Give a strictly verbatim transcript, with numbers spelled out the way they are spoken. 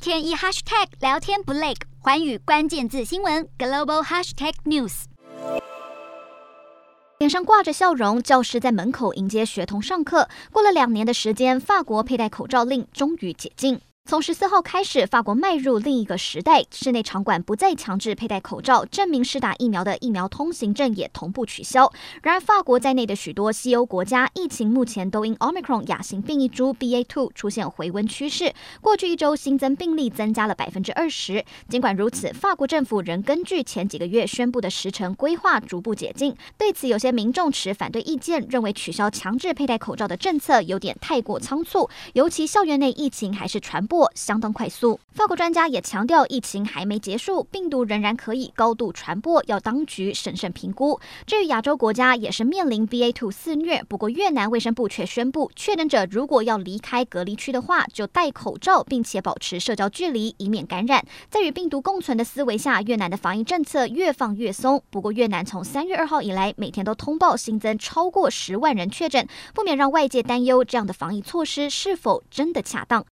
天一 hashtag 聊天不累，寰宇关键字新闻 global hashtag news。脸上挂着笑容，教师在门口迎接学童上课。过了两年的时间，法国佩戴口罩令终于解禁。从十四号开始，法国迈入另一个时代，室内场馆不再强制佩戴口罩，证明施打疫苗的疫苗通行证也同步取消。然而，法国在内的许多西欧国家疫情目前都因 Omicron 亚型变异株 B A 二 出现回温趋势。过去一周新增病例增加了百分之二十。尽管如此，法国政府仍根据前几个月宣布的时程规划逐步解禁。对此，有些民众持反对意见，认为取消强制佩戴口罩的政策有点太过仓促，尤其校园内疫情还是传播相当快速。法国专家也强调，疫情还没结束，病毒仍然可以高度传播，要当局审慎评估。至于亚洲国家，也是面临 B A 二 肆虐，不过越南卫生部却宣布，确诊者如果要离开隔离区的话，就戴口罩，并且保持社交距离，以免感染。在与病毒共存的思维下，越南的防疫政策越放越松。不过，越南从三月二号以来，每天都通报新增超过十万人确诊，不免让外界担忧这样的防疫措施是否真的恰当。